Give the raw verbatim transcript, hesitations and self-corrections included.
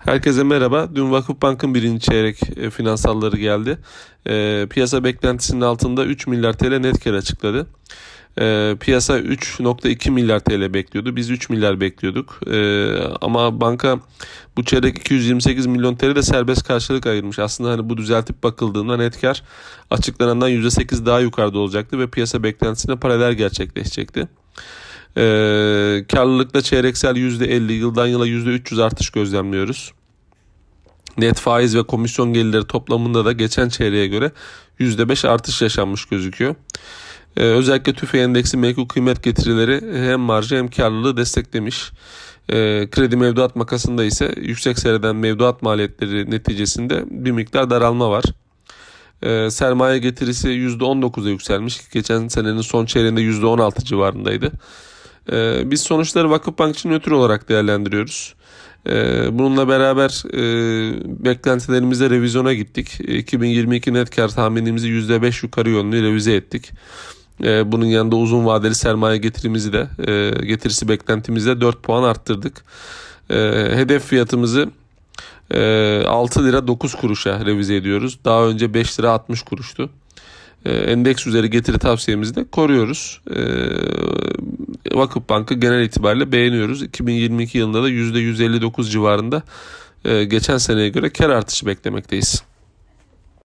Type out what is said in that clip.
Herkese merhaba. Dün Vakıfbank'ın birinci çeyrek e, finansalları geldi. E, piyasa beklentisinin altında üç milyar T L net kar açıkladı. E, piyasa üç nokta iki milyar T L bekliyordu. Biz üç milyar bekliyorduk. E, ama banka bu çeyrek iki yüz yirmi sekiz milyon T L de serbest karşılık ayırmış. Aslında hani bu düzeltip bakıldığında net kar açıklanandan yüzde sekiz daha yukarıda olacaktı ve piyasa beklentisine paralel gerçekleşecekti. Ee, karlılıkta çeyreksel yüzde elli, yıldan yıla yüzde üç yüz artış gözlemliyoruz. Net faiz ve komisyon gelirleri toplamında da geçen çeyreğe göre yüzde beş artış yaşanmış gözüküyor. Ee, özellikle TÜFE endeksi menkul kıymet getirileri hem marjı hem karlılığı desteklemiş. Ee, kredi mevduat makasında ise yüksek seyreden mevduat maliyetleri neticesinde bir miktar daralma var. Ee, sermaye getirisi yüzde on dokuza yükselmiş. Geçen senenin son çeyreğinde yüzde on altı civarındaydı. Ee, biz sonuçları Vakıfbank için nötr olarak değerlendiriyoruz. Ee, bununla beraber e, beklentilerimize revizyona gittik. iki bin yirmi iki net kar tahminimizi yüzde beş yukarı yönlü revize ettik. Ee, bunun yanında uzun vadeli sermaye getirimizi de e, getirisi beklentimizi de dört puan arttırdık. Ee, hedef fiyatımızı e, altı lira dokuz kuruşa revize ediyoruz. Daha önce beş lira altmış kuruştu. Endeks üzeri getiri tavsiyemizi de koruyoruz. Vakıfbank'ı genel itibariyle beğeniyoruz. iki bin yirmi iki yılında da yüzde yüz elli dokuz civarında geçen seneye göre kar artışı beklemekteyiz.